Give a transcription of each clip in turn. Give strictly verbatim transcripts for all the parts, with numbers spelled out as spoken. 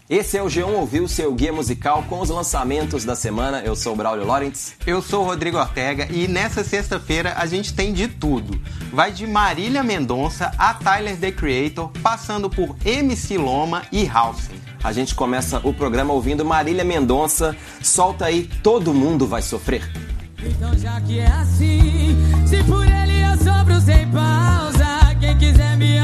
Esse é o G um Ouviu, seu guia musical com os lançamentos da semana. Eu sou o Braulio Lawrence. Eu sou o Rodrigo Ortega e nessa sexta-feira a gente tem de tudo. Vai de Marília Mendonça a Tyler, The Creator, passando por M C Loma e Halsey. A gente começa o programa ouvindo Marília Mendonça. Solta aí, Todo Mundo Vai Sofrer. Então já que é assim, se por ele eu sofro sem pausa, quem quiser me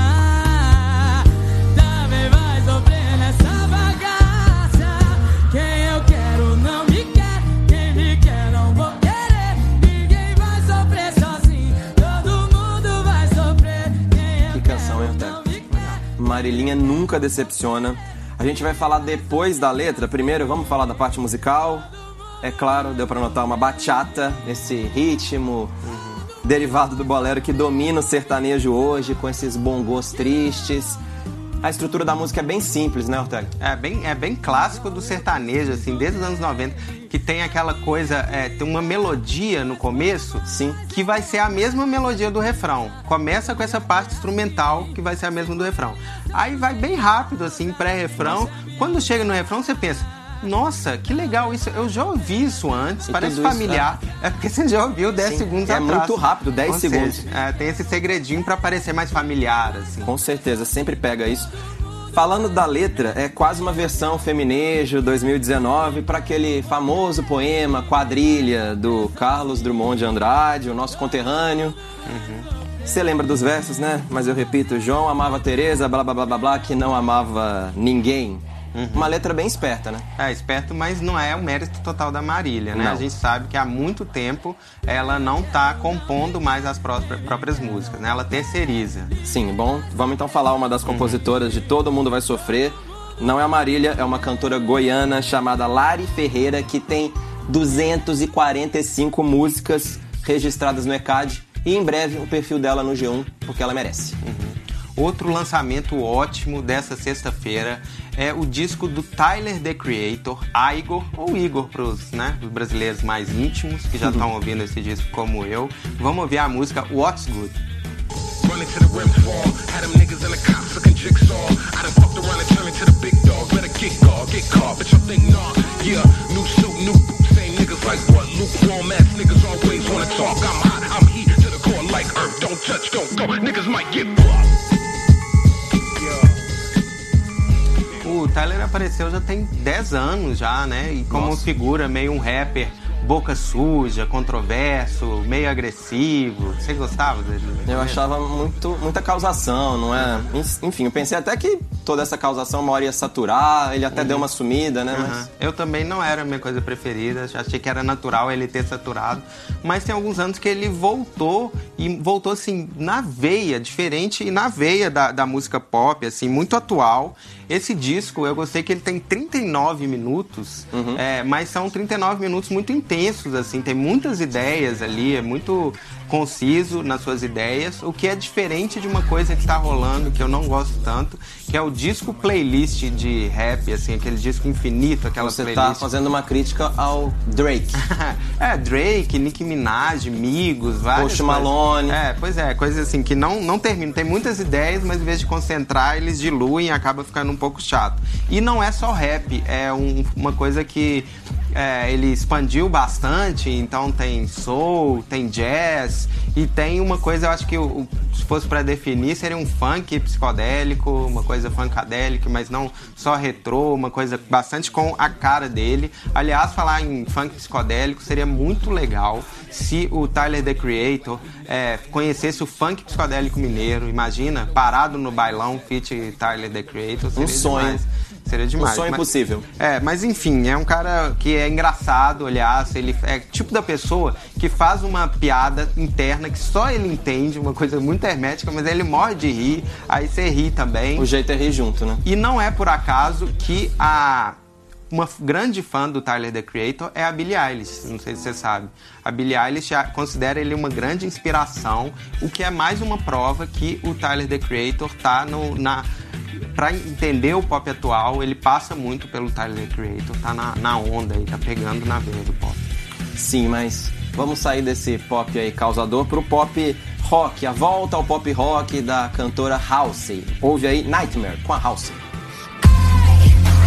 amar também vai sofrer nessa bagaça. Quem eu quero não me quer, quem me quer não vou querer. Ninguém vai sofrer sozinho, todo mundo vai sofrer. Quem eu que canção, hein, quero não me quer. Marilinha nunca decepciona. A gente vai falar depois da letra. Primeiro vamos falar da parte musical. É claro, deu pra notar uma bachata, esse ritmo uhum. derivado do bolero que domina o sertanejo hoje, com esses bongos tristes. A estrutura da música é bem simples, né, Ortega? É bem, é bem clássico do sertanejo, assim, desde os anos noventa, que tem aquela coisa, é, tem uma melodia no começo, sim, que vai ser a mesma melodia do refrão. Começa com essa parte instrumental, que vai ser a mesma do refrão. Aí vai bem rápido, assim, pré-refrão. Nossa. Quando chega no refrão, você pensa... Nossa, que legal isso. Eu já ouvi isso antes, e parece familiar. Isso, é. é porque você já ouviu dez segundos é atrás. É muito rápido, dez segundos. Seja, é, tem esse segredinho pra parecer mais familiar, assim. Com certeza, sempre pega isso. Falando da letra, é quase uma versão Feminejo dois mil e dezenove para aquele famoso poema Quadrilha, do Carlos Drummond de Andrade, o nosso conterrâneo. Uhum. Você lembra dos versos, né? Mas eu repito, João amava Teresa, blá blá blá blá blá, que não amava ninguém. Uhum. Uma letra bem esperta, né? É, esperto, mas não é o mérito total da Marília, né? Não. A gente sabe que há muito tempo ela não tá compondo mais as próprias músicas, né? Ela terceiriza. Sim, bom, vamos então falar uma das compositoras uhum. de Todo Mundo Vai Sofrer. Não é a Marília, é uma cantora goiana chamada Lari Ferreira, que tem duzentas e quarenta e cinco músicas registradas no E C A D e em breve o perfil dela no G um, porque ela merece. Uhum. Outro lançamento ótimo dessa sexta-feira é o disco do Tyler, The Creator, Igor, ou Igor para os né, brasileiros mais íntimos, que já estão uhum. ouvindo esse disco como eu. Vamos ouvir a música What's Good. Running to the rim's fall, had them niggas and the cops looking jigsaw. I done fucked around and turned into the big dog. Better get caught, get caught, bitch, I think nah. Yeah, new suit, new boots, same niggas like what? Lukewarm ass niggas always wanna talk. I'm hot, I'm heat to the core like earth. Don't touch, don't go, niggas might get fucked. O Tyler apareceu já tem dez anos já, né? E como Nossa. figura meio um rapper boca suja, controverso, meio agressivo. Você gostava dele? Eu achava muito, muita causação, não é? Uhum. Enfim, eu pensei até que toda essa causação uma hora ia saturar, ele até uhum. deu uma sumida, né? Uhum. Mas... Eu também não era a minha coisa preferida, achei que era natural ele ter saturado, mas tem alguns anos que ele voltou, e voltou assim, na veia, diferente e na veia da, da música pop, assim, muito atual. Esse disco, eu gostei que ele tem trinta e nove minutos, uhum. é, mas são trinta e nove minutos muito intensos, assim, tem muitas ideias ali, é muito conciso nas suas ideias, o que é diferente de uma coisa que tá rolando, que eu não gosto tanto, que é o disco playlist de rap, assim, aquele disco infinito, aquela Você playlist. Você tá fazendo uma crítica ao Drake. É, Drake, Nicki Minaj, Migos, várias Post Malone. É, pois é, coisas assim que não, não terminam. Tem muitas ideias, mas em vez de concentrar, eles diluem e acaba ficando um pouco chato. E não é só rap, é um, uma coisa que é, ele expandiu bastante, então tem soul, tem jazz e tem uma coisa, eu acho que o, se fosse pra definir, seria um funk psicodélico, uma coisa funkadélica, mas não só retrô, uma coisa bastante com a cara dele. Aliás, falar em funk psicodélico seria muito legal se o Tyler, The Creator, é, conhecesse o funk psicodélico mineiro. Imagina, parado no bailão, feat Tyler, The Creator, seria um sonho. Demais. Seria demais. Um sonho mas, impossível. É, mas enfim, é um cara que é engraçado, aliás, ele é tipo da pessoa que faz uma piada interna que só ele entende, uma coisa muito hermética, mas ele morre de rir, aí você ri também. O jeito é rir junto, né? E não é por acaso que a... uma grande fã do Tyler, The Creator, é a Billie Eilish, não sei se você sabe. A Billie Eilish considera ele uma grande inspiração, o que é mais uma prova que o Tyler, The Creator tá no, na... Pra entender o pop atual, ele passa muito pelo Tyler, The Creator, tá na, na onda aí, tá pegando na veia do pop. Sim, mas vamos sair desse pop aí causador pro pop rock, a volta ao pop rock da cantora Halsey. Ouve aí Nightmare com a Halsey.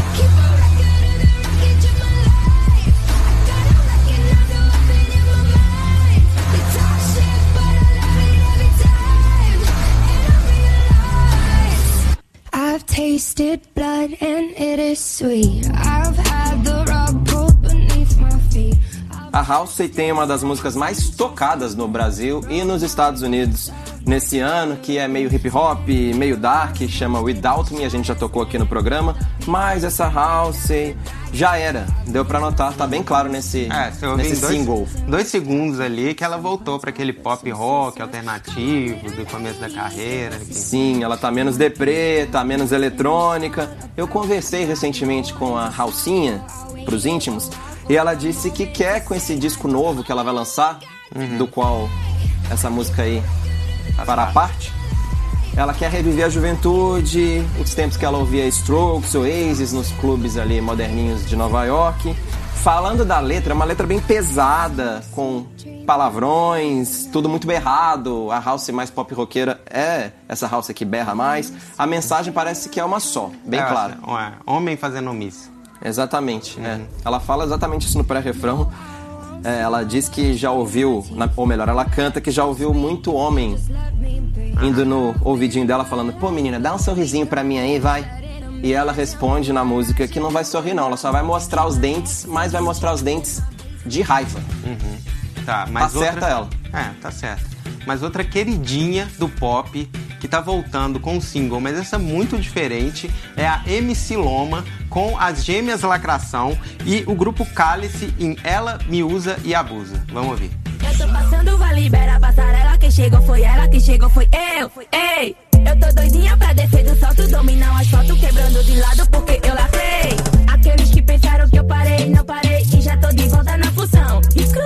tasted blood and it is sweet. I've had the rug pulled beneath my feet. A Halsey tem uma das músicas mais tocadas no Brasil e nos Estados Unidos nesse ano, que é meio hip hop, meio dark, chama Without Me, a gente já tocou aqui no programa, mas essa Halsey já era, deu pra notar, tá bem claro nesse, é, nesse dois, single. Dois segundos ali que ela voltou pra aquele pop rock alternativo do começo da carreira. Que... Sim, ela tá menos deprê, tá menos eletrônica. Eu conversei recentemente com a Halsinha, pros íntimos, e ela disse que quer, com esse disco novo que ela vai lançar, uhum. do qual essa música aí fará parte, ela quer reviver a juventude, os tempos que ela ouvia Strokes, Oasis, nos clubes ali moderninhos de Nova York. Falando da letra, é uma letra bem pesada, com palavrões, tudo muito berrado. A Halsey mais pop roqueira é essa Halsey que berra mais. A mensagem parece que é uma só, bem é, clara. É, homem fazendo omissa. Exatamente, uhum. é. Ela fala exatamente isso no pré-refrão. É, ela diz que já ouviu, ou melhor, ela canta que já ouviu muito homem indo no ouvidinho dela falando: pô, menina, dá um sorrisinho pra mim aí, vai. E ela responde na música que não vai sorrir não, ela só vai mostrar os dentes, mas vai mostrar os dentes de raiva. Uhum. Tá, mas tá outra... certa ela. É, tá certo. Mas outra queridinha do pop que tá voltando com um single, mas essa é muito diferente, é a M C Loma com as Gêmeas Lacração e o grupo Cálice em Ela Me Usa e Abusa. Vamos ouvir. Eu tô passando, vai liberar a passarela. Quem chegou foi ela, quem chegou foi eu. Ei, eu tô doidinha pra descer do salto, dominar o asfalto, quebrando de lado porque eu lacrei. Aqueles que pensaram que eu parei, não parei e já tô de volta na função.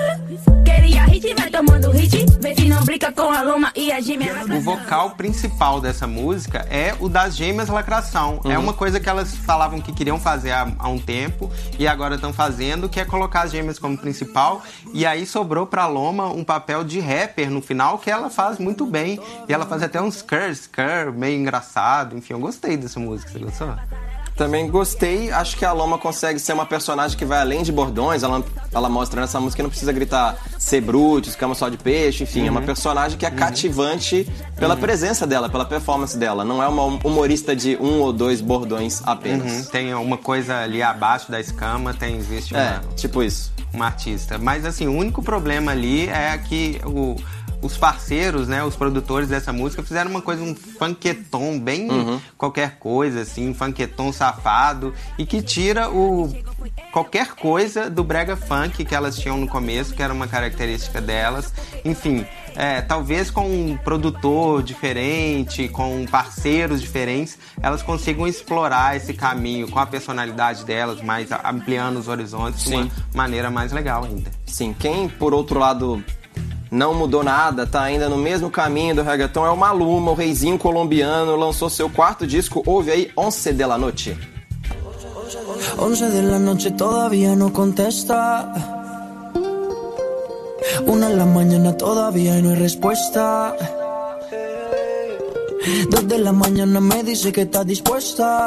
Queria hit, vai tomando hit, vê se não brinca com a Loma e a Gêmeas Lacração. O vocal principal dessa música é o das Gêmeas Lacração. Uhum. É uma coisa que elas falavam que queriam fazer há, há um tempo e agora estão fazendo, que é colocar as gêmeas como principal. E aí sobrou pra Loma um papel de rapper no final que ela faz muito bem. E ela faz até uns skr, skr, meio engraçado. Enfim, eu gostei dessa música. Você gostou? Também gostei, acho que a Loma consegue ser uma personagem que vai além de bordões, ela, ela mostra nessa música que não precisa gritar ser bruto, escama só de peixe, enfim, uhum. é uma personagem que é uhum. cativante pela uhum. presença dela, pela performance dela, não é uma humorista de um ou dois bordões apenas. Uhum. Tem uma coisa ali abaixo da escama, tem, existe uma... É, tipo isso. Uma artista, mas assim, o único problema ali é que o... os parceiros, né, os produtores dessa música fizeram uma coisa, um funketon bem uhum. qualquer coisa, assim, um funketon safado e que tira o qualquer coisa do brega funk que elas tinham no começo, que era uma característica delas. Enfim, é, talvez com um produtor diferente, com parceiros diferentes, elas consigam explorar esse caminho com a personalidade delas, mais ampliando os horizontes Sim. de uma maneira mais legal ainda. Sim, quem, por outro lado... não mudou nada, tá ainda no mesmo caminho do reggaeton, é o Maluma, o reizinho colombiano, lançou seu quarto disco, ouve aí, Once de la Noche. Once de la noche todavía no contesta. Una de la mañana todavía no hay respuesta. Dos de la mañana me dice que está dispuesta.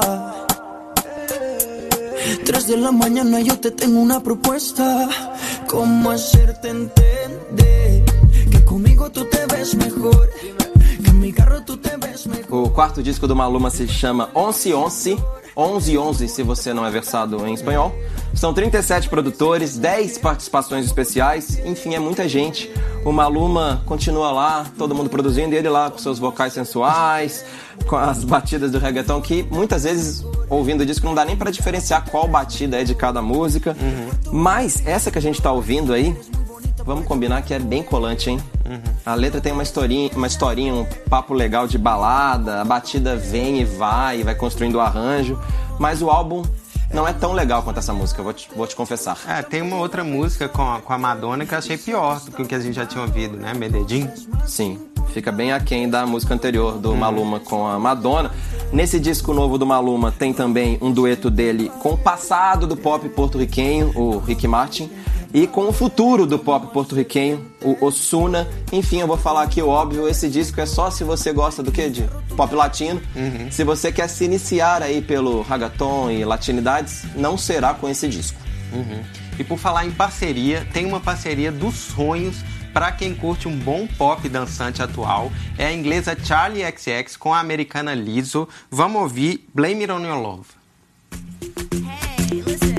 Tres de la mañana yo te tengo una propuesta. ¿Cómo hacerte entender que comigo tú te ves mejor? Que en mi carro tú te ves mejor. O quarto disco do Maluma se chama Once Once, onze onze se você não é versado em espanhol. São trinta e sete produtores, dez participações especiais, enfim, é muita gente. O Maluma continua lá, todo mundo produzindo, e ele lá com seus vocais sensuais, com as batidas do reggaeton, que muitas vezes, ouvindo o disco, não dá nem pra diferenciar qual batida é de cada música. Uhum. Mas essa que a gente tá ouvindo aí, vamos combinar que é bem colante, hein? Uhum. A letra tem uma historinha, uma historinha, um papo legal de balada, a batida vem e vai, vai construindo o arranjo, mas o álbum não é tão legal quanto essa música, vou te, vou te confessar. É, tem uma outra música com a, com a Madonna que eu achei pior do que o que a gente já tinha ouvido, né? Medellín. Sim, fica bem aquém da música anterior do uhum. Maluma com a Madonna. Nesse disco novo do Maluma tem também um dueto dele com o passado do pop porto-riquenho, o Ricky Martin, e com o futuro do pop porto-riquenho, o Ozuna. Enfim, eu vou falar aqui o óbvio, esse disco é só se você gosta do quê? De pop latino. Uhum. Se você quer se iniciar aí pelo reggaeton e latinidades, não será com esse disco. Uhum. E por falar em parceria, tem uma parceria dos sonhos Pra quem curte um bom pop dançante atual, é a inglesa Charli X C X com a americana Lizzo. Vamos ouvir Blame It On Your Love. Hey, listen.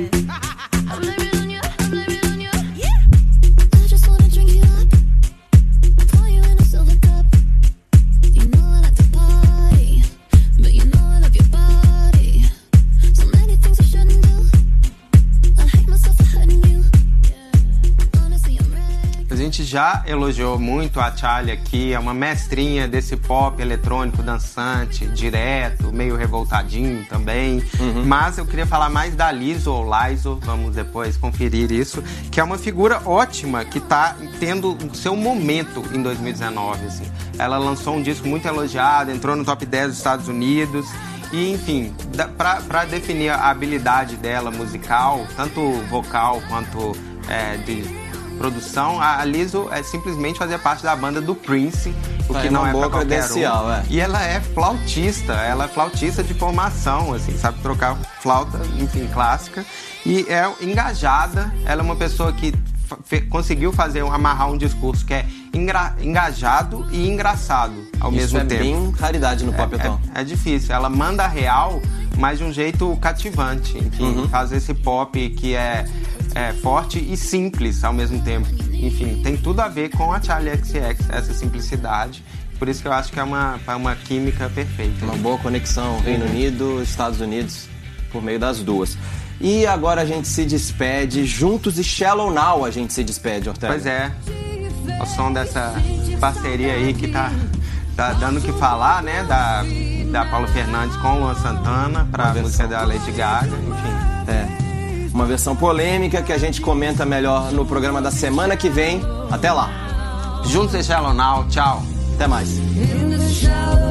A gente já elogiou muito a Charli aqui, é uma mestrinha desse pop eletrônico dançante, direto, meio revoltadinho também. Uhum. Mas eu queria falar mais da Lizzo ou Lizzo, vamos depois conferir isso, que é uma figura ótima que tá tendo o seu momento em dois mil e dezenove. Assim. Ela lançou um disco muito elogiado, entrou no top dez dos Estados Unidos. E, enfim, para definir a habilidade dela musical, tanto vocal quanto é, de produção, a Lizzo é simplesmente fazer parte da banda do Prince, o que é não é pra qualquer um. É. E ela é flautista, ela é flautista de formação, assim, sabe trocar flauta, enfim, clássica. E é engajada, ela é uma pessoa que fe- conseguiu fazer, amarrar um discurso que é engra- engajado e engraçado ao Isso mesmo é tempo. Isso é bem raridade no pop atual. É, é difícil, ela manda real, mas de um jeito cativante, enfim, uhum. faz esse pop que é É forte e simples ao mesmo tempo. Enfim, tem tudo a ver com a Charli X C X, essa simplicidade. Por isso que eu acho que é uma, uma química perfeita. Uma boa conexão Reino Unido, Estados Unidos, por meio das duas. E agora a gente se despede juntos e Shallow Now a gente se despede, Ortega. Pois é, o som dessa parceria aí que tá, tá dando o que falar, né? Da, da Paula Fernandes com Luan Santana, pra a música da Lady Gaga, enfim. É. Uma versão polêmica que a gente comenta melhor no programa da semana que vem. Até lá. Juntos e Shallow Now. Tchau. Até mais. In the shower.